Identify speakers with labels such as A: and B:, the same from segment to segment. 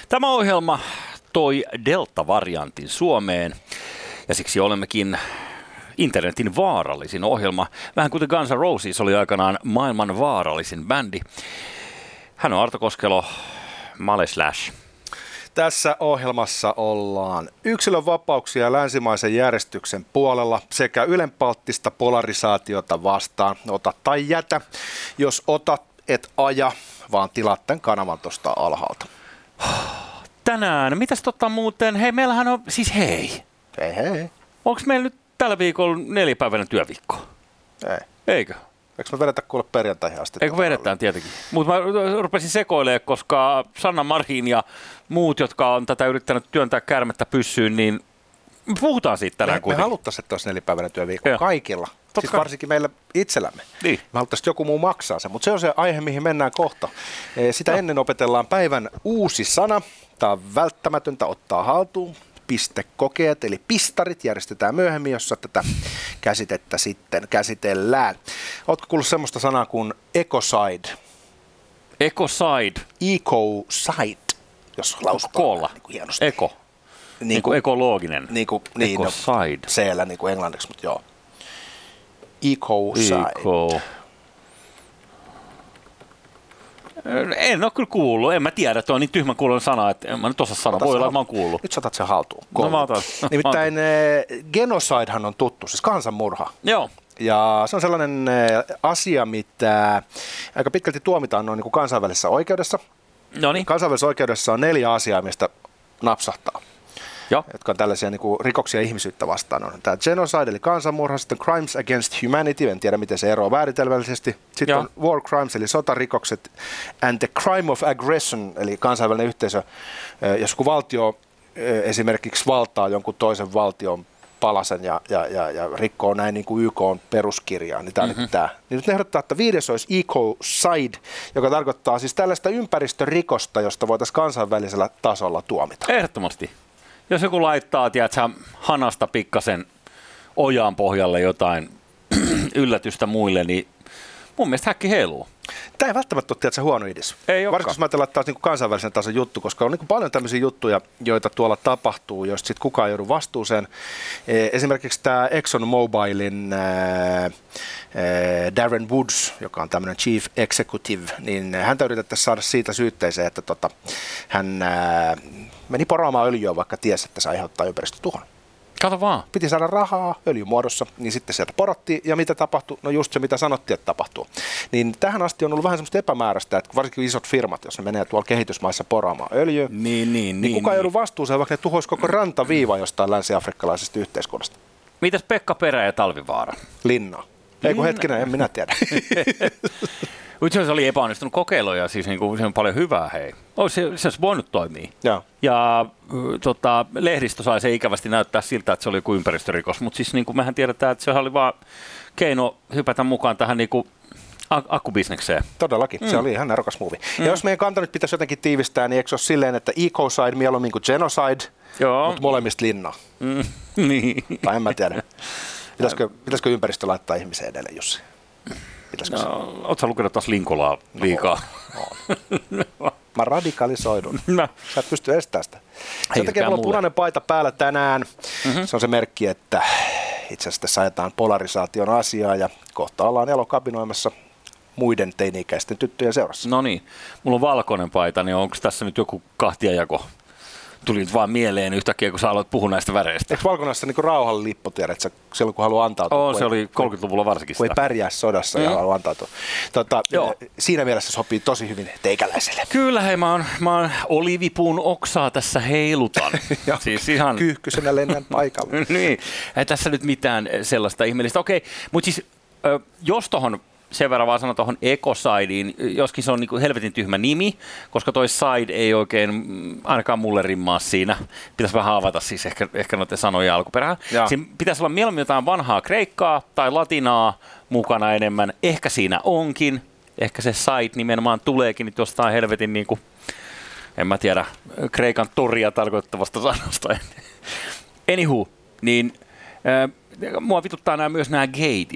A: Tämä ohjelma toi Delta-variantin Suomeen ja siksi olemmekin internetin vaarallisin ohjelma. Vähän kuten Guns N' Roses oli aikanaan maailman vaarallisin bändi. Hän on Arto Koskelo, Male Slash.
B: Tässä ohjelmassa ollaan yksilön vapauksia länsimaisen järjestyksen puolella sekä ylenpalttista polarisaatiota vastaan. Ota tai jätä. Jos otat, et aja, vaan tilaat tämän kanavan tuosta alhaalta.
A: Tänään, mitäs muuten? Hei, meillähän on, siis hei.
B: Hei.
A: Onko meillä nyt tällä viikolla 4-päiväinen työviikko?
B: Ei.
A: Eikö?
B: Eikö me vedetä kuule perjantaihin asti?
A: Eikö vedetään tietenkin. Mutta mä rupesin sekoilemaan, koska Sanna Marin ja muut, jotka on tätä yrittänyt työntää käärmettä pyssyyn, niin puhutaan siitä tänään kuitenkin.
B: Me haluttaisiin, että olisi 4-päiväinen työviikko kaikilla. Siis varsinkin meillä itsellämme.
A: Niin.
B: Me haluttaisiin, että joku muu maksaa sen, mutta se on se aihe, mihin mennään kohta. Sitä ennen opetellaan päivän uusi sana. Tämä on välttämätöntä ottaa haltuun. Pistekokeet, eli pistarit, järjestetään myöhemmin, jossa tätä käsitettä sitten käsitellään. Oletko kuullut semmoista sanaa kuin ecocide?
A: Ecocide.
B: Ecocide, jos lausutaan niin kuin hienosti.
A: Eko. Niin kuin ekologinen.
B: Ecocide. Siellä niin kuin englanniksi, mutta joo. Ecocide.
A: En ole kyllä kuullut, en mä tiedä, tuo on niin tyhmän kuulun sana, että en mä nyt osaa sanoa, voi olla, että mä oon kuullut.
B: Nyt saatat sen haltuun.
A: No, mä otan.
B: Nimittäin genocidehan on tuttu, siis kansanmurha.
A: Joo.
B: Ja se on sellainen asia, mitä aika pitkälti tuomitaan noin niin kuin kansainvälisessä oikeudessa.
A: Noniin.
B: Kansainvälisessä oikeudessa on 4 asiaa, mistä napsahtaa.
A: Joo.
B: Jotka on tällaisia niin kuin rikoksia ihmisyyttä vastaan. On tämä genocide eli kansanmurha, sitten crimes against humanity, en tiedä miten se eroaa määritelmällisesti. Sitten on war crimes eli sotarikokset and the crime of aggression eli kansainvälinen yhteisö. Jos joku valtio esimerkiksi valtaa jonkun toisen valtion palasen ja rikkoo näin niin kuin YK on peruskirjaa, niin tämä on tämä. Niin nyt ehdottaa, että 5. olisi ecocide, joka tarkoittaa siis tällaista ympäristörikosta, josta voitaisiin kansainvälisellä tasolla tuomita.
A: Ehdottomasti. Jos joku laittaa, tiedätkö, hanasta pikkasen ojan pohjalle jotain yllätystä muille, niin mun mielestä häkki heiluu.
B: Tämä ei välttämättä ole tiedätkö, huono idis.
A: Ei olekaan.
B: Varsinkin jos mä ajatellaan, että tämä on kansainvälisen tason juttu, koska on niin paljon tämmöisiä juttuja, joita tuolla tapahtuu, joista sitten kukaan ei joudu vastuuseen. Esimerkiksi tämä ExxonMobilin Darren Woods, joka on tämmöinen chief executive, niin häntä yritettäisiin saada siitä syytteeseen, että hän meni poraamaan öljyä, vaikka tiesi, että se aiheuttaa ympäristötuhon.
A: Kato vaan.
B: Piti saada rahaa öljymuodossa, niin sitten sieltä porattiin, ja mitä tapahtui? No just se, mitä sanottiin, että tapahtuu. Niin tähän asti on ollut vähän semmoista epämääräistä, että varsinkin isot firmat, jos ne menee tuolla kehitysmaissa poraamaan öljyä, niin kukaan ei joudu vastuuseen, vaikka ne tuhoisi koko rantaviiva jostain länsi-afrikkalaisesta yhteiskunnasta.
A: Mitäs Pekka Perä ja Talvivaara?
B: Linna. Ei kun hetkinen, en minä tiedä.
A: Se oli epäonnistunut kokeilu ja siis niin se on paljon hyvää, hei. Se olisi voinut toimia.
B: Ja
A: lehdistö sai se ikävästi näyttää siltä, että se oli joku ympäristörikos, mutta siis niin kuin mehän tiedetään, että se oli vaan keino hypätä mukaan tähän niin kuin akkubisnekseen.
B: Todellakin, se oli ihan nerokas movie. Ja jos meidän kanta nyt pitäisi jotenkin tiivistää, niin eikö se ole silleen, että ecocide mieluummin kuin genocide, mutta molemmista linna?
A: Niin.
B: Tai en mä tiedä. Pitäisikö ympäristö laittaa ihmisen edelle, Jussi?
A: Oletko lukenut taas Linkolaa liikaa?
B: No. Mä radikalisoidun. Sä et pysty estämään sitä. Sen takia mulla on punainen paita päällä tänään. Se on se merkki, että itse asiassa tässä ajetaan polarisaation asiaa ja kohta ollaan elokabinoimassa muiden teini-ikäisten tyttöjen seurassa.
A: No niin. Mulla on valkoinen paita, niin onko tässä nyt joku kahtiajako? Tuli nyt vaan mieleen yhtäkkiä, kun sä aloit puhua näistä väreistä.
B: Eikö valkoinessa niin rauhan lippu, tiedät, silloin kun haluaa antautua?
A: Se oli 30-luvulla varsinkin
B: sitä. Kun ei pärjää sodassa ja haluaa antautua. Siinä mielessä sopii tosi hyvin teikäläiselle.
A: Kyllä, hei, mä oon olivipuun oksaa tässä heilutan. Siis ihan
B: kyyhkysenä lennän paikalle.
A: Niin, ei tässä nyt mitään sellaista ihmeellistä. Okei, mutta siis jos tohon sen verran vaan sanon tuohon ecocideen, joskin se on niin kuin helvetin tyhmä nimi, koska toi side ei oikein ainakaan mulle rimmaa siinä. Pitäisi vähän avata siis ehkä noiden sanojen alkuperää. Siinä pitäisi olla mieluummin jotain vanhaa kreikkaa tai latinaa mukana enemmän. Ehkä siinä onkin. Ehkä se side nimenomaan tuleekin nyt jostain helvetin niin kuin, en mä tiedä, Kreikan toria tarkoittavasta sanasta. Anywho, niin mua vituttaa myös nämä gateit.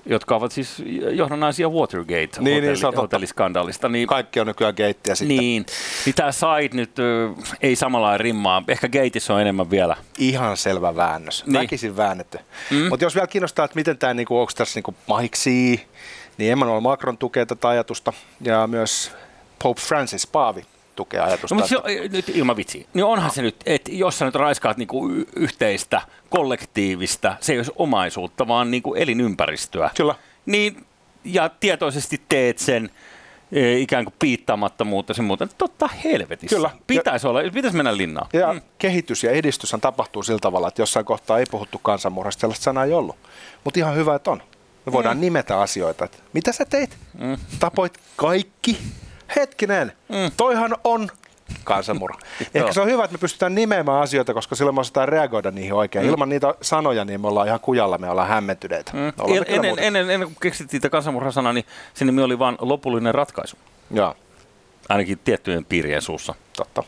A: jotka ovat siis johdannaisia Watergate hotelliskandaalista. Niin,
B: kaikki on nykyään gateja sitten.
A: Niin tämä Side nyt ei samalla rimmaa. Ehkä gateissa on enemmän vielä.
B: Ihan selvä väännös. Väkisin väännetty. Mutta jos vielä kiinnostaa, että miten tämä, niinku, onko tässä niinku mahiksi, niin Emmanuel Macron tukee tätä ajatusta ja myös Pope Francis Paavi tukee ajatusta.
A: No, mutta nyt ilman vitsiä. Niin onhan se nyt, että jos sä nyt raiskaat niinku yhteistä, kollektiivista, se ei olisi omaisuutta, vaan niinku elinympäristöä.
B: Kyllä.
A: Niin, ja tietoisesti teet sen ikään kuin piittaamattomuutta sen muuten. Totta helvetissä.
B: Kyllä.
A: Pitäisi mennä linnaan.
B: Ja kehitys ja edistyshän tapahtuu sillä tavalla, että jossain kohtaa ei puhuttu kansanmurhasta, sellaista sanaa ei ollut. Mutta ihan hyvä, että on. Me voidaan nimetä asioita. Että mitä sä teit? Tapoit kaikki? Hetkinen, toihan on kansanmurha. Ehkä se on hyvä, että me pystytään nimeämään asioita, koska silloin me osataan reagoida niihin oikein. Ilman niitä sanoja, niin me ollaan ihan kujalla, me ollaan hämmentyneitä.
A: Ennen kuin keksittiin tämä kansanmurha-sana, niin se nimi oli vain lopullinen ratkaisu.
B: Joo.
A: Ainakin tiettyjen piirien suussa.
B: Totta.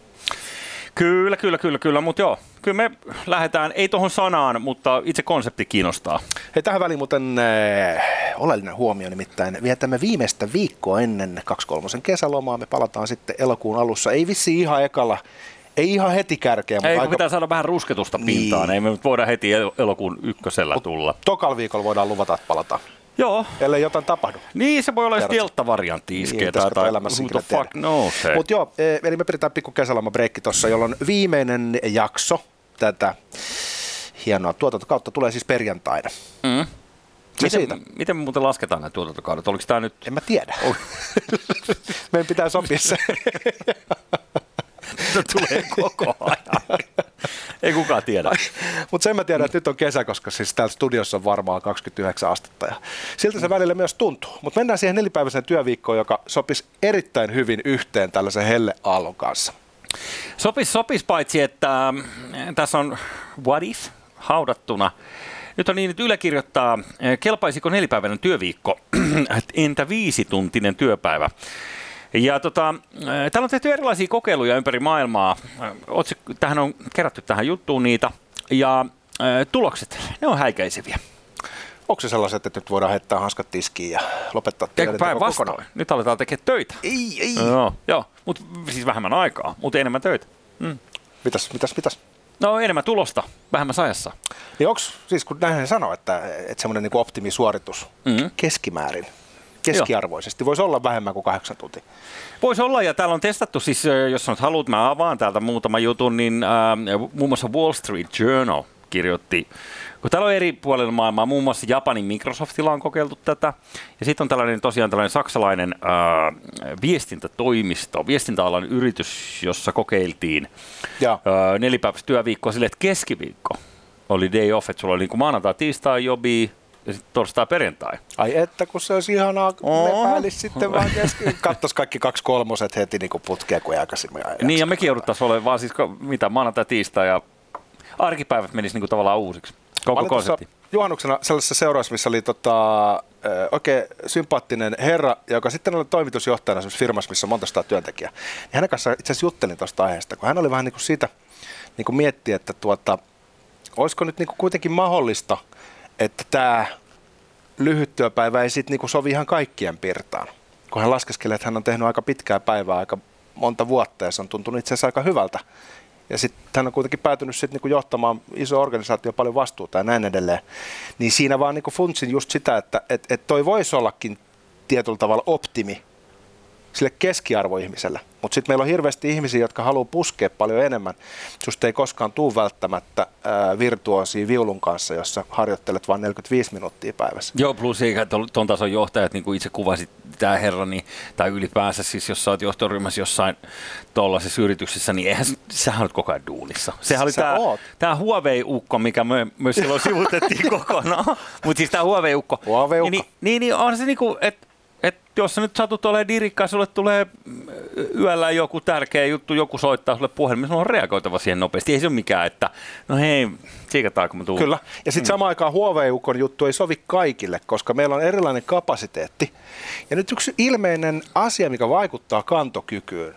A: Kyllä, mutta joo. Kyllä me lähdetään, ei tuohon sanaan, mutta itse konsepti kiinnostaa.
B: Hei, tähän väliin muuten oleellinen huomio, nimittäin vietämme viimeistä viikkoa ennen 2/3 kesälomaa. Me palataan sitten elokuun alussa. Ei vissiin ihan ekalla, ei ihan heti kärkeä.
A: Ei, pitää saada vähän rusketusta pintaan. Niin. Ei me nyt voida heti elokuun ykkösellä tulla.
B: Tokalla viikolla voidaan luvata, että palataan.
A: Joo.
B: Ellei jotain tapahdu.
A: Niin, se voi olla jos delta-variantti iskee.
B: Mutta joo, eli me pidetään pikku kesäloma-breikki tuossa, jolloin viimeinen jakso tätä hienoa tuotantokautta tulee siis perjantaina.
A: Miten me muuten lasketaan nämä tuotantokaudet? Oliko tämä nyt?
B: En mä tiedä. Meidän pitää sopia se.
A: Tulee koko ajan. Ei kukaan tiedä.
B: Mutta sen mä tiedän, että nyt on kesä, koska siis täällä studiossa on varmaan 29 astetta. Ja siltä se välillä myös tuntuu. Mutta mennään siihen 4-päiväiseen työviikkoon, joka sopisi erittäin hyvin yhteen tällaisen helleaallon kanssa.
A: Sopis paitsi, että tässä on What If haudattuna. Nyt on niin, että Yle kirjoittaa, kelpaisiko 4-päiväinen työviikko, entä 5-tuntinen työpäivä. Ja täällä on tehty erilaisia kokeiluja ympäri maailmaa. Tähän on kerätty tähän juttuun niitä. Ja tulokset, ne on häikäiseviä.
B: Onko se sellaiset, että nyt voidaan heittää hanskat tiskiin ja lopettaa
A: työtä kokonaan? Nyt aletaan tekemään töitä.
B: Ei.
A: Joo, mutta siis vähemmän aikaa, mutta enemmän töitä.
B: Mitäs?
A: No enemmän tulosta, vähemmän ajassa.
B: Niin onks, siis kun näinhän sanoo, että semmoinen niin optimisuoritus keskimäärin, keskiarvoisesti, voisi olla vähemmän kuin 8 tuntia.
A: Voisi olla, ja täällä on testattu, siis jos sanot haluat, mä avaan täältä muutaman jutun, niin muun muassa Wall Street Journal kirjoitti, kun täällä on eri puolilla maailmaa, muun muassa Japanin Microsoftilla on kokeiltu tätä, ja sitten on tällainen saksalainen viestintätoimisto, viestintäalan yritys, jossa kokeiltiin 4-päiväistä työviikkoa silleen, että keskiviikko oli day off, että sulla oli niin kuin maanantai, tiistai, jobi, ja sitten torstai, perjantai.
B: Ai että, kun se olisi ihanaa, lepäilisi sitten vaan kattoisi kaikki 2/3 heti niin kuin putkea kuin aikaisemmin.
A: Niin, ja mekin jouduttaisiin olemaan vaan siis maanantai, tiistai ja arkipäivät menisi niin kuin tavallaan uusiksi. Koko konsepti.
B: Juhannuksena sellaisessa seurassa, missä oli oikein sympaattinen herra, joka sitten oli toimitusjohtajana firmassa, missä on monta sataa työntekijää. Ja hänen kanssaan itse asiassa juttelin tuosta aiheesta, kun hän oli vähän niin kuin siitä niin kuin miettiä, että olisiko nyt niin kuin kuitenkin mahdollista, että tämä lyhyt työpäivä ei sitten niin kuin sovi ihan kaikkien pirtaan. Kun hän laskeskelee, että hän on tehnyt aika pitkää päivää, aika monta vuotta, ja se on tuntunut itse asiassa aika hyvältä. Ja sitten hän on kuitenkin päätynyt sitten niinku johtamaan iso organisaatio, paljon vastuuta ja näin edelleen. Niin siinä vaan niinku funtsin just sitä, että toi voisi ollakin tietyllä tavalla optimi sille keskiarvoihmiselle. Mutta sitten meillä on hirveästi ihmisiä, jotka haluaa puskea paljon enemmän. Susta ei koskaan tule välttämättä virtuoosia viulun kanssa, jossa harjoittelet vain 45 minuuttia päivässä.
A: Joo, plus eikä ton tason johtajat, niin kuin itse kuvasit tämä herra, niin, tai ylipäänsä siis, jos sä oot johtoryhmässä jossain tuollaisessa yrityksessä, niin eihän sähän olet koko ajan duunissa. Sehän oli tämä Huawei-ukko, mikä me silloin sivutettiin kokonaan. Mutta siis tämä Huawei-ukko. Niin on se niinku, että jos sä nyt satut olemaan dirikkaa, sulle tulee yöllä joku tärkeä juttu, joku soittaa sulle puhelimeen, sulla on reagoitava siihen nopeasti. Ei se ole mikään, että no hei, tsiikataanko mä tuun.
B: Kyllä, ja sitten samaan aikaan Huawei-ukon juttu ei sovi kaikille, koska meillä on erilainen kapasiteetti. Ja nyt yksi ilmeinen asia, mikä vaikuttaa kantokykyyn,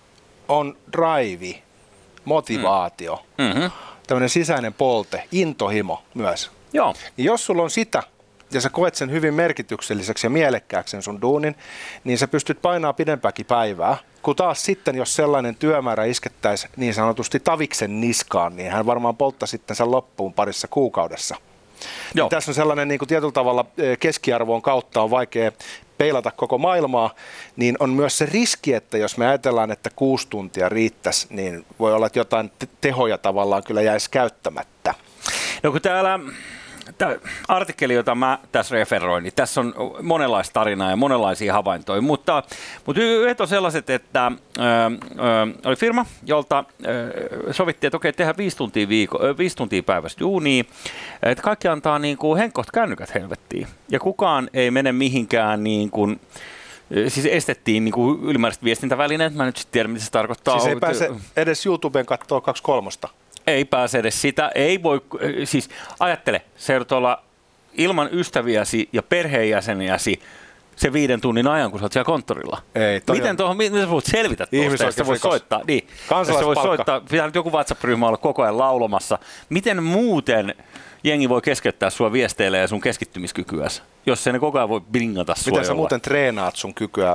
B: on drive, motivaatio, tämmöinen sisäinen polte, intohimo myös.
A: Joo.
B: Ja jos sulla on sitä, ja sä koet sen hyvin merkitykselliseksi ja mielekkääksi sen sun duunin, niin sä pystyt painaa pidempääkin päivää. Kun taas sitten, jos sellainen työmäärä iskettäisi niin sanotusti taviksen niskaan, niin hän varmaan poltta sitten sen loppuun parissa kuukaudessa. Niin tässä on sellainen niin kuin tietyllä tavalla keskiarvoon kautta on vaikea peilata koko maailmaa, niin on myös se riski, että jos me ajatellaan, että 6 tuntia riittäisi, niin voi olla, että jotain tehoja tavallaan kyllä jäisi käyttämättä.
A: No kun tämä artikkeli, jota mä tässä referoin, niin tässä on monenlaista tarinaa ja monenlaisia havaintoja, mutta yhdet on sellaiset, että oli firma, jolta sovittiin, että okei, tehdään 5 tuntia päivässä duunia, että kaikki antaa niin kuin henkkoht kännykät helvettiin, ja kukaan ei mene mihinkään niin kuin, siis estettiin niin kuin ylimääräiset viestintävälineet, mä nyt sitten tiedän, mitä se tarkoittaa.
B: Siis ei pääse edes YouTubeen katsoa 2/3.
A: Ei pääse edes sitä, ei voi, siis ajattele, se joudut olla ilman ystäviäsi ja perheenjäseniäsi se 5 tunnin ajan, kun sä oot siellä konttorilla. Miten sä voit selvitä tuosta, jos sä voit soittaa? Niin, sä voit soittaa, pitää nyt joku WhatsApp-ryhmä olla koko ajan laulamassa. Miten muuten jengi voi keskeyttää sua viesteille ja sun keskittymiskykyäsi, jos se ne koko ajan voi bingata sua?
B: Miten sä muuten treenaat sun kykyä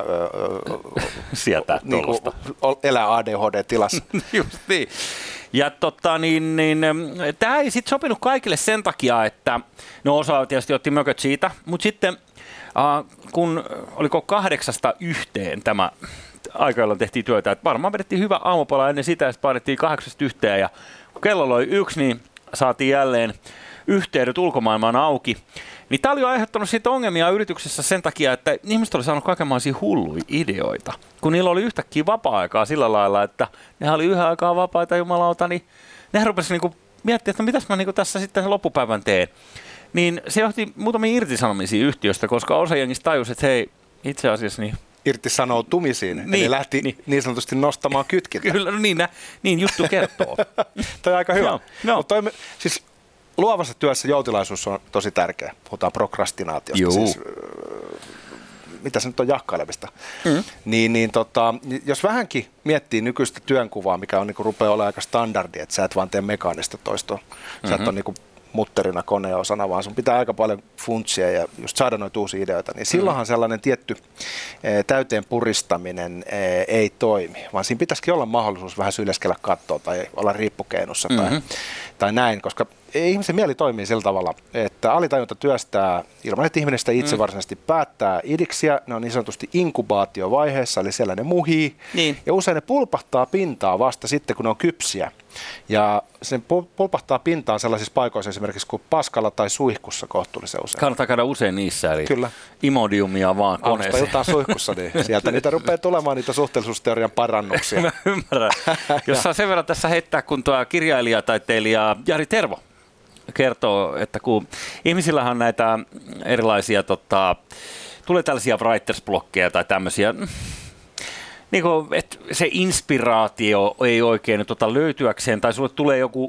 A: sieltä tuollaista?
B: Elää ADHD-tilassa.
A: Just niin. Ja tämä ei sitten sopinut kaikille sen takia, että no osa tietysti otti mököt siitä, mutta sitten kun oliko 8-1 tämä aika, jolloin tehtiin työtä, että varmaan vedettiin hyvä aamupala ennen sitä ja sitten painettiin 8-1 ja kun kello oli 1, niin saatiin jälleen yhteydet ulkomaailmaan auki. Niin tämä oli jo aiheuttanut siitä ongelmia yrityksessä sen takia, että ihmiset oli saanut kaikenlaisia hulluja ideoita. Kun niillä oli yhtäkkiä vapaa-aikaa sillä lailla, että ne oli yhä aikaa vapaita jumalauta, niin ne rupesivat niinku miettimään, että mitäs mä niinku tässä sitten sen loppupäivän teen. Niin se johti muutamia irtisanomisia yhtiöstä, koska osa jengistä tajusi, että hei, itse asiassa niin
B: irtisanoutumisiin, eli lähti niin sanotusti nostamaan kytkintä.
A: Kyllä, no niin juttu kertoo.
B: Toi on aika hyvä.
A: No.
B: Siis luovassa työssä joutilaisuus on tosi tärkeä. Puhutaan prokrastinaatiosta. Siis, mitä se nyt on jahkailemista. Jos vähänkin miettii nykyistä työnkuvaa, mikä on, niin rupeaa olemaan aika standardi, että sä et vaan tee mekaanista toistoa. Sä et ole niin mutterina koneosana, vaan sun pitää aika paljon funtsia ja just saada noita uusia ideoita, niin silloinhan sellainen tietty täyteen puristaminen ei toimi, vaan siinä pitäisikin olla mahdollisuus vähän syljeskellä kattoa tai olla riippukeinussa tai näin, koska ihmisen mieli toimii sillä tavalla, että alitajunta työstää ilman, että ihminen sitä itse varsinaisesti päättää idiksiä. Ne on niin sanotusti inkubaatiovaiheessa, eli siellä ne muhii. Niin. Ja usein ne pulpahtaa pintaa vasta sitten, kun ne on kypsiä. Ja se pulpahtaa pintaan sellaisissa paikoissa esimerkiksi kuin paskalla tai suihkussa kohtuullisen usein.
A: Kannattaa käydä usein niissä, eli kyllä. Imodiumia vaan koneeseen.
B: Aamusta suihkussa, niin sieltä niitä rupeaa tulemaan niitä suhteellisuusteorian parannuksia.
A: Mä ymmärrän. Jos saa sen verran tässä heittää, kun tuo kirjailijataiteilija Jari Tervo kertoo, että kun ihmisillähän on näitä erilaisia, tulee tällaisia writers-blokkeja tai tämmöisiä, niin kuin, että se inspiraatio ei oikein löytyäkseen, tai sulle tulee joku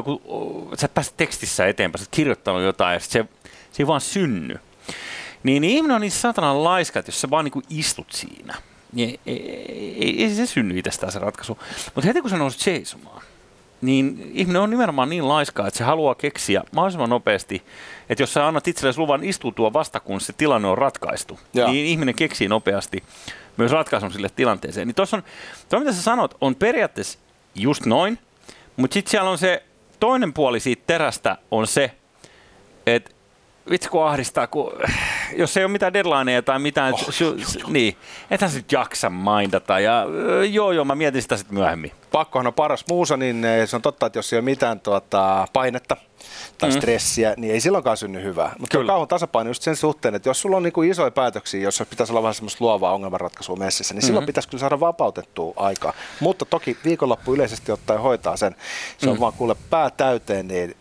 A: sä pääset tekstissä eteenpäin, sä oot kirjoittanut jotain, ja se ei vaan synny. Niin ihminen on niin satanan laiska, että jos sä vaan niin istut siinä, niin ei se synny itsestään se ratkaisu. Mutta heti kun sä nousit seisomaan, niin ihminen on nimenomaan niin laiskaa, että se haluaa keksiä mahdollisimman nopeasti, että jos sä annat itsellesi luvan istuutua vasta, kun se tilanne on ratkaistu, niin ihminen keksii nopeasti myös ratkaisun sille tilanteeseen. Niin tuossa on, mitä sä sanot, on periaatteessa just noin, mutta sitten siellä on se toinen puoli siitä terästä on se, että vitsi kun ahdistaa, jos ei ole mitään deadlineja tai mitään, niin, ethän sä nyt jaksa mindata. Ja joo, mä mietin sitä sitten myöhemmin.
B: Pakkohan on paras muusa, niin se on totta, että jos ei ole mitään painetta tai stressiä, niin ei silloinkaan synny hyvää. Mutta on kauhun tasapaino just sen suhteen, että jos sulla on niinku isoja päätöksiä, jossa pitäisi olla vähän semmoista luovaa ongelmanratkaisua messissä, niin silloin pitäisi kyllä saada vapautettua aikaa. Mutta toki viikonloppu yleisesti ottaen hoitaa sen. Se on vaan kuule pää täyteen, niin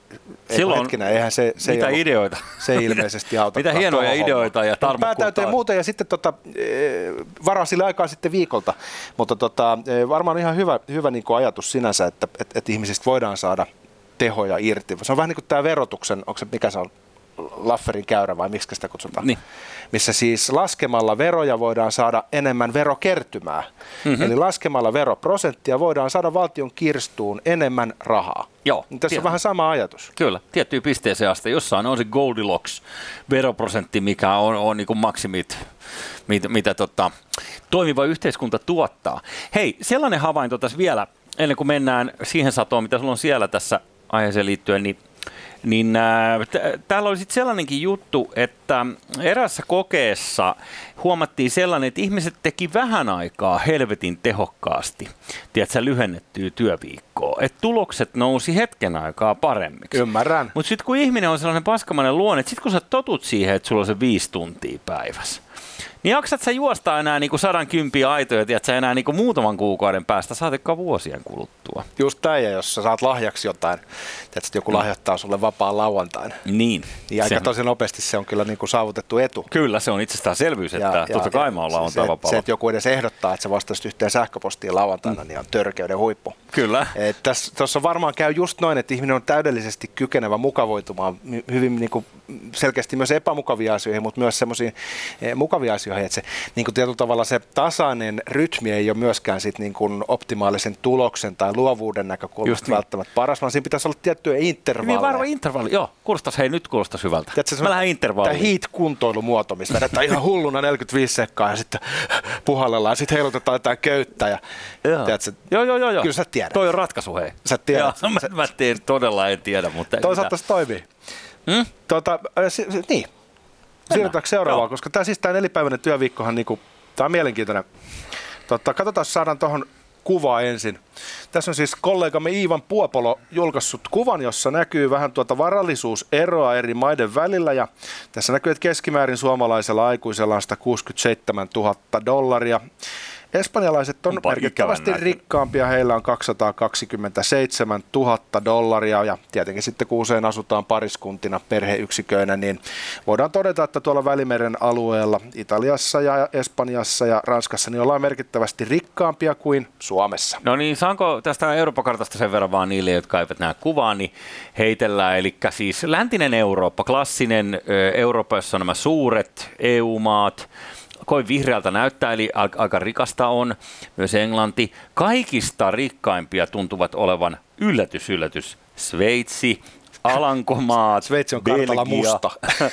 B: eihän se
A: mitä ideoita?
B: Se ei ilmeisesti auta.
A: Mitä hienoja ideoita ja tarmokkuutta.
B: Päätäyteen muuten ja sitten varaa sille aikaa sitten viikolta. Mutta varmaan ihan hyvä niin kuin ajatus sinänsä, että ihmisistä voidaan saada tehoja irti. Se on vähän niin kuin tämä verotuksen, onko se mikä se on? Lafferin käyrä vai miksi sitä kutsutaan,
A: Niin.
B: missä siis laskemalla veroja voidaan saada enemmän verokertymää. Eli laskemalla veroprosenttia voidaan saada valtion kirstuun enemmän rahaa.
A: Joo,
B: Tässä on vähän sama ajatus.
A: Kyllä, tiettyyn pisteeseen asti. Jossain on se Goldilocks veroprosentti, mikä on niin kuin maksimit, mitä toimiva yhteiskunta tuottaa. Hei, sellainen havainto tässä vielä, ennen kuin mennään siihen satoon, mitä sulla on siellä tässä aiheeseen liittyen, niin täällä oli sitten sellainenkin juttu, että erässä kokeessa huomattiin sellainen, että ihmiset teki vähän aikaa helvetin tehokkaasti, tiedätkö, lyhennettyä työviikkoa, että tulokset nousi hetken aikaa paremmiksi.
B: Ymmärrän.
A: Mutta sitten kun ihminen on sellainen paskamainen luonne, että sitten kun sä totut siihen, että sulla on se 5 tuntia päivässä, niin jaksat sä juosta enää niinku 110 aitoja, tiedät sä enää niinku muutaman kuukauden päästä, saatikkaan vuosien kuluttua.
B: Just näin, ja jos sä saat lahjaksi jotain, että joku lahjoittaa sulle vapaan lauantain,
A: niin
B: aika tosi nopeasti se on kyllä niin kuin saavutettu etu.
A: Kyllä, se on itsestäänselvyys, että totta kai mä oon lauantai vapaalla.
B: Se, että joku edes ehdottaa, että sä vastaisit yhteen sähköpostiin lauantaina, niin on törkeyden huippu.
A: Kyllä.
B: Tuossa varmaan käy just noin, että ihminen on täydellisesti kykenevä mukavoitumaan hyvin niin kuin selkeästi myös epämukavia asioihin, mutta myös semmoisiin mukavia asioihin, että se niin kuin tietyllä tavalla se tasainen rytmi ei ole myöskään sit niin kuin optimaalisen tuloksen tai luovuuden näkökulmasta välttämättä paras, vaan siinä pitäisi olla tiettyjä intervalleja.
A: Hyvin varma intervalli, joo. Nyt kuulostas hyvältä. Mä lähden intervalliin.
B: Tämä heat-kuntoilumuoto, missä vedetään ihan hulluna 45 sekkaa ja sitten puhallellaan ja sitten heilutetaan jotain köyttä. Ja, tiedätkö,
A: joo.
B: Kyllä sä tiedät.
A: Toi on ratkaisu, hei.
B: Sä tiedät.
A: Mä todella en tiedä, mutta...
B: Toisaalta se toimii. Niin. Siirrytäänkö seuraavaan, koska tämä nelipäiväinen työviikkohan, niinku, tämä on mielenkiintoinen. Katsotaan, jos saadaan tuohon kuvaa ensin. Tässä on siis kollegamme Iivan Puopolo julkaissut kuvan, jossa näkyy vähän varallisuuseroa eri maiden välillä. Ja tässä näkyy, että keskimäärin suomalaisella aikuisella on 167 000 $. Espanjalaiset on merkittävästi rikkaampia, heillä on 227 000 $, ja tietenkin sitten kun usein asutaan pariskuntina perheyksiköinä, niin voidaan todeta, että tuolla Välimeren alueella, Italiassa ja Espanjassa ja Ranskassa, niin ollaan merkittävästi rikkaampia kuin Suomessa.
A: No niin, saanko tästä Eurooppa-kartasta sen verran vaan niille, jotka eivät näe kuvaa, niin heitellään, eli siis läntinen Eurooppa, klassinen Eurooppa, jossa on nämä suuret EU-maat, kovin vihreältä näyttää, eli aika rikasta on myös Englanti. Kaikista rikkaimpia tuntuvat olevan yllätys, Sveitsi, Alankomaat,
B: Sveitsi on kartalla musta.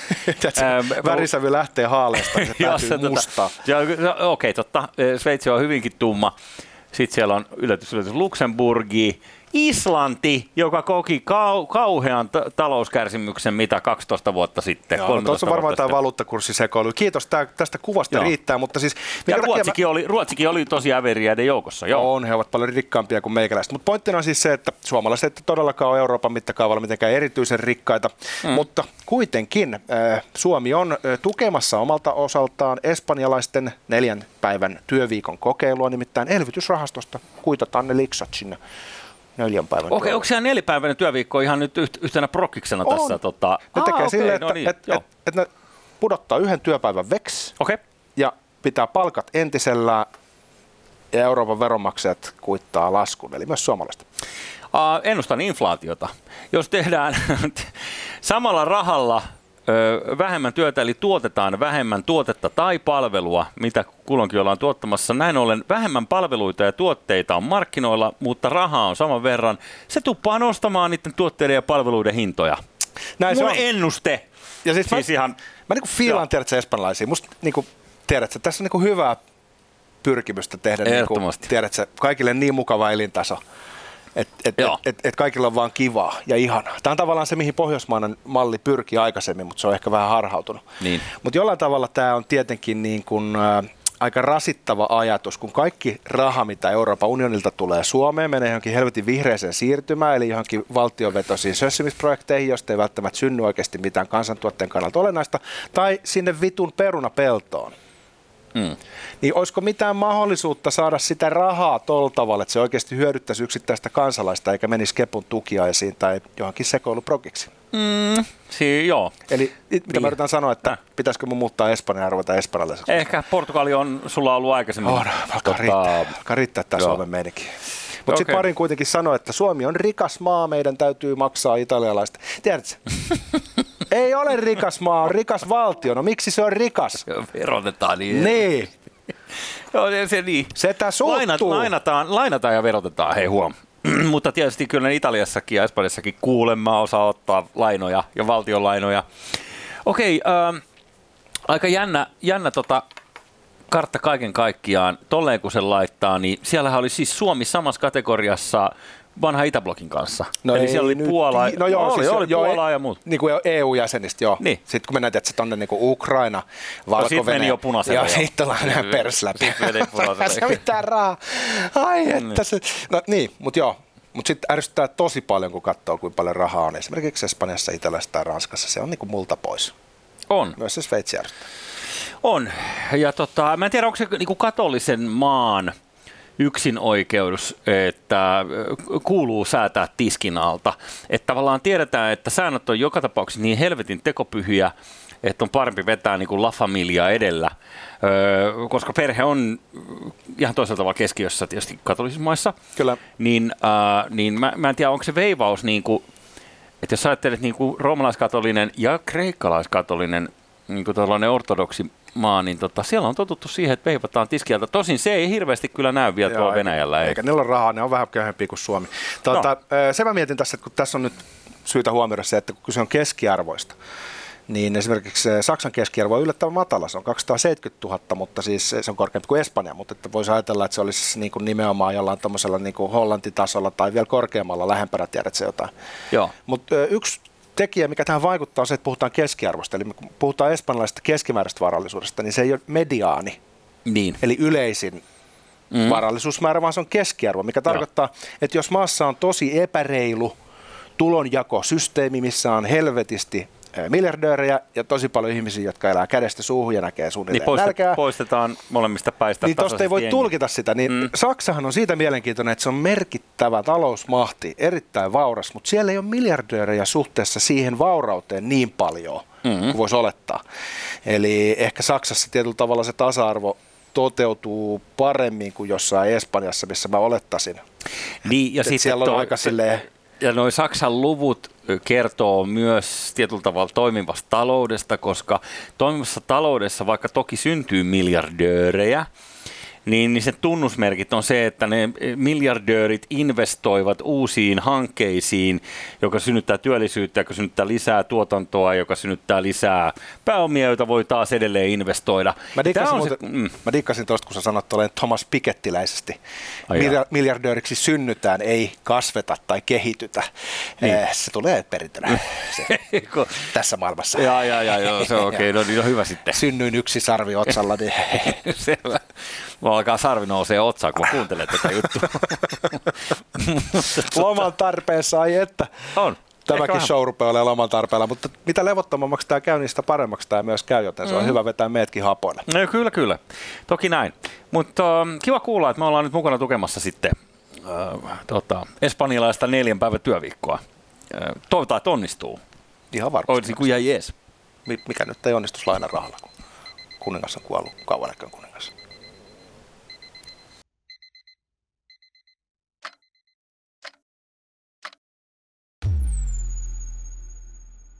B: Värisävy lähtee haaleesta, niin se päätyy mustaan.
A: Okei, totta. Sveitsi on hyvinkin tumma. Sitten siellä on yllätys Luxemburgi. Islanti, joka koki kauhean talouskärsimyksen, mitä 12 vuotta sitten.
B: Tuossa on varmaan tämä valuuttakurssisekoilu. Kiitos, tästä kuvasta riittää. Mutta siis,
A: ja Ruotsikin oli tosi äveriäiden joukossa. Joo.
B: On, he ovat paljon rikkaampia kuin meikäläiset. Mutta pointtina on siis se, että suomalaiset ei todellakaan ole Euroopan mittakaavalla mitenkään erityisen rikkaita. Mutta kuitenkin Suomi on tukemassa omalta osaltaan espanjalaisten 4 päivän työviikon kokeilua, nimittäin elvytysrahastosta kuitataan ne liksat sinne 4 päivän.
A: Okei, onko siellä 4-päiväinen työviikko ihan nyt yhtenä prokkiksena tässä?
B: Ne tekee silleen, että ne pudottaa 1 työpäivän veks ja pitää palkat entisellään ja Euroopan veronmaksajat kuittaa laskun, eli myös suomalaiset.
A: Ennustan inflaatiota. Jos tehdään samalla rahalla vähemmän työtä, eli tuotetaan vähemmän tuotetta tai palvelua, mitä kulloinkin ollaan tuottamassa. Näin ollen vähemmän palveluita ja tuotteita on markkinoilla, mutta rahaa on saman verran. Se tuppaa nostamaan niiden tuotteiden ja palveluiden hintoja.
B: Näin se on.
A: Ennuste.
B: Ja siis mä niinku fiilaan, tiedätkö, espanjalaisia. Musta niinku, tiedätkö, tässä on niinku hyvää pyrkimystä tehdä niinku, tiedätkö, kaikille niin mukava elintaso. Et kaikilla on vaan kivaa ja ihanaa. Tämä on tavallaan se, mihin pohjoismainen malli pyrki aikaisemmin, mutta se on ehkä vähän harhautunut.
A: Niin.
B: Mutta jollain tavalla tämä on tietenkin niin kuin, aika rasittava ajatus, kun kaikki raha, mitä Euroopan unionilta tulee Suomeen, menee johonkin helvetin vihreäseen siirtymään, eli johonkin valtionvetoisiin sössimisprojekteihin, joista ei välttämättä synny oikeasti mitään kansantuotteen kannalta olennaista, tai sinne vitun perunapeltoon. Niin olisiko mitään mahdollisuutta saada sitä rahaa tuolla tavalla, että se oikeasti hyödyttäisi yksittäistä kansalaista eikä menisi kepun tukiaisiin tai johonkin sekoiluprogiksi?
A: Joo.
B: Eli mitä mä yritän sanoa, että pitäisikö mun muuttaa Espanjaa ja ruveta espanjalaiseksi?
A: Ehkä Portugali on sulla ollut aikaisemmin.
B: Alkaa riittää tämä Suomen meininki. Mutta sitten parin kuitenkin sanoi, että Suomi on rikas maa, meidän täytyy maksaa italialaista. Tiedätkö? Ei ole rikas maa, on rikas valtio. No miksi se on rikas?
A: Verotetaan niin.
B: Niin.
A: Joo, se niin.
B: Setä suuttuu.
A: Lainataan ja verotetaan, hei huom. Mutta tietysti kyllä Italiassakin ja Espanjassakin kuulemma osaa ottaa lainoja ja valtionlainoja. Okei, aika jännä kartta kaiken kaikkiaan. Tolleen kun sen laittaa, niin siellähän oli siis Suomi samassa kategoriassa vanha Itäblokin kanssa.
B: No
A: eli siellä oli Puola, oli Puolaa ja muut.
B: Niin kuin EU-jäsenistä, joo.
A: Niin.
B: Sitten kun mennään tietysti tuonne niin Ukraina, Valko-Venäjä.
A: Sitten meni jo punaisella.
B: Joo, sitten tullaan pers läpi. Se mitään rahaa. Ai että se. No niin, mutta joo. Mutta sitten ärsyttää tosi paljon, kun katsoo, kuinka paljon rahaa on. Esimerkiksi Espanjassa, Italiassa tai Ranskassa. Se on niin kuin multa pois.
A: On.
B: Myös se Sveitsi ärsyttää.
A: On. Ja mä en tiedä, onko se niin katolisen maan yksin oikeus, että kuuluu säätää tiskin alta. Että tavallaan tiedetään, että säännöt on joka tapauksessa niin helvetin tekopyhiä, että on parempi vetää niin kuin La Familia edellä, koska perhe on ihan toisella tavalla keskiössä tietysti katolisissa maissa. Kyllä. Niin mä en tiedä, onko se veivaus, niin kuin, että jos ajattelet niin kuin roomalaiskatolinen ja kreikkalaiskatolinen niin kuin tällainen ortodoksi maa, niin siellä on totuttu siihen, että veivataan tiskialta. Tosin se ei hirveästi kyllä näy vielä tuolla Venäjällä.
B: Eikä niillä ole rahaa, ne on vähän köyhempiä kuin Suomi. Sen mä mietin tässä, että kun tässä on nyt syytä huomioida se, että kun kyse on keskiarvoista, niin esimerkiksi Saksan keskiarvo on yllättävän matala, se on 270 000, mutta siis se on korkeampi kuin Espanja, mutta että voisi ajatella, että se olisi niin kuin nimenomaan jollain tuommoisella niin kuin Hollantitasolla tai vielä korkeammalla lähempänä, tiedät se jotain.
A: Joo.
B: Mutta yksi tekijä, mikä tähän vaikuttaa, on se, että puhutaan keskiarvosta, eli kun puhutaan espanjalaisesta keskimääräisestä varallisuudesta, niin se ei ole mediaani,
A: niin.
B: Eli yleisin varallisuusmäärä, vaan se on keskiarvo, mikä tarkoittaa, että jos maassa on tosi epäreilu tulonjakosysteemi, missä on helvetisti miljardöörejä ja tosi paljon ihmisiä, jotka elää kädestä suuhun ja näkee suunnilleen nälkää.
A: Poistetaan molemmista päistä.
B: Niin tuosta ei voi tulkita sitä. Niin Saksahan on siitä mielenkiintoinen, että se on merkittävä talousmahti, erittäin vauras, mutta siellä ei ole miljardöörejä suhteessa siihen vaurauteen niin paljon kuin voisi olettaa. Eli ehkä Saksassa tietyllä tavalla se tasa-arvo toteutuu paremmin kuin jossain Espanjassa, missä mä olettaisin.
A: Niin, ja sitten
B: siellä on aika silleen.
A: Ja noi Saksan luvut kertoo myös tietyllä tavalla toimivasta taloudesta, koska toimivassa taloudessa, vaikka toki syntyy miljardöörejä, niin se tunnusmerkit on se, että ne miljardöörit investoivat uusiin hankkeisiin, joka synnyttää työllisyyttä, joka synnyttää lisää tuotantoa, joka synnyttää lisää pääomia, joita voi taas edelleen investoida.
B: Mä dikkasin tuosta, kun sä sanot olen Thomas Pikettiläisesti. Miljardööriksi synnytään, ei kasveta tai kehitytä. Niin. Se tulee perintönä tässä maailmassa.
A: Joo, se on okei, no niin on hyvä sitten.
B: Synnyin yksi sarvi otsalla. Niin.
A: Selvä. Mulla alkaa sarvi nousee otsaan, kun kuuntelet tätä juttua.
B: Loman tarpeessa, ai että.
A: On.
B: Tämäkin show rupeaa olemaan loman tarpeella, mutta mitä levottomammaksi tämä käy, niin sitä paremmaksi tämä myös käy, joten se on hyvä vetää meidätkin hapoille.
A: No, kyllä. Toki näin. Mutta kiva kuulla, että me ollaan nyt mukana tukemassa sitten espanjalaista 4 päivän työviikkoa. Toivotaan, että onnistuu.
B: Ihan varmasti.
A: Olisi kuin jäi jees.
B: Mikä nyt ei onnistus lainan rahalla, kun kuningas on kuollut, kauan näköön kuningas.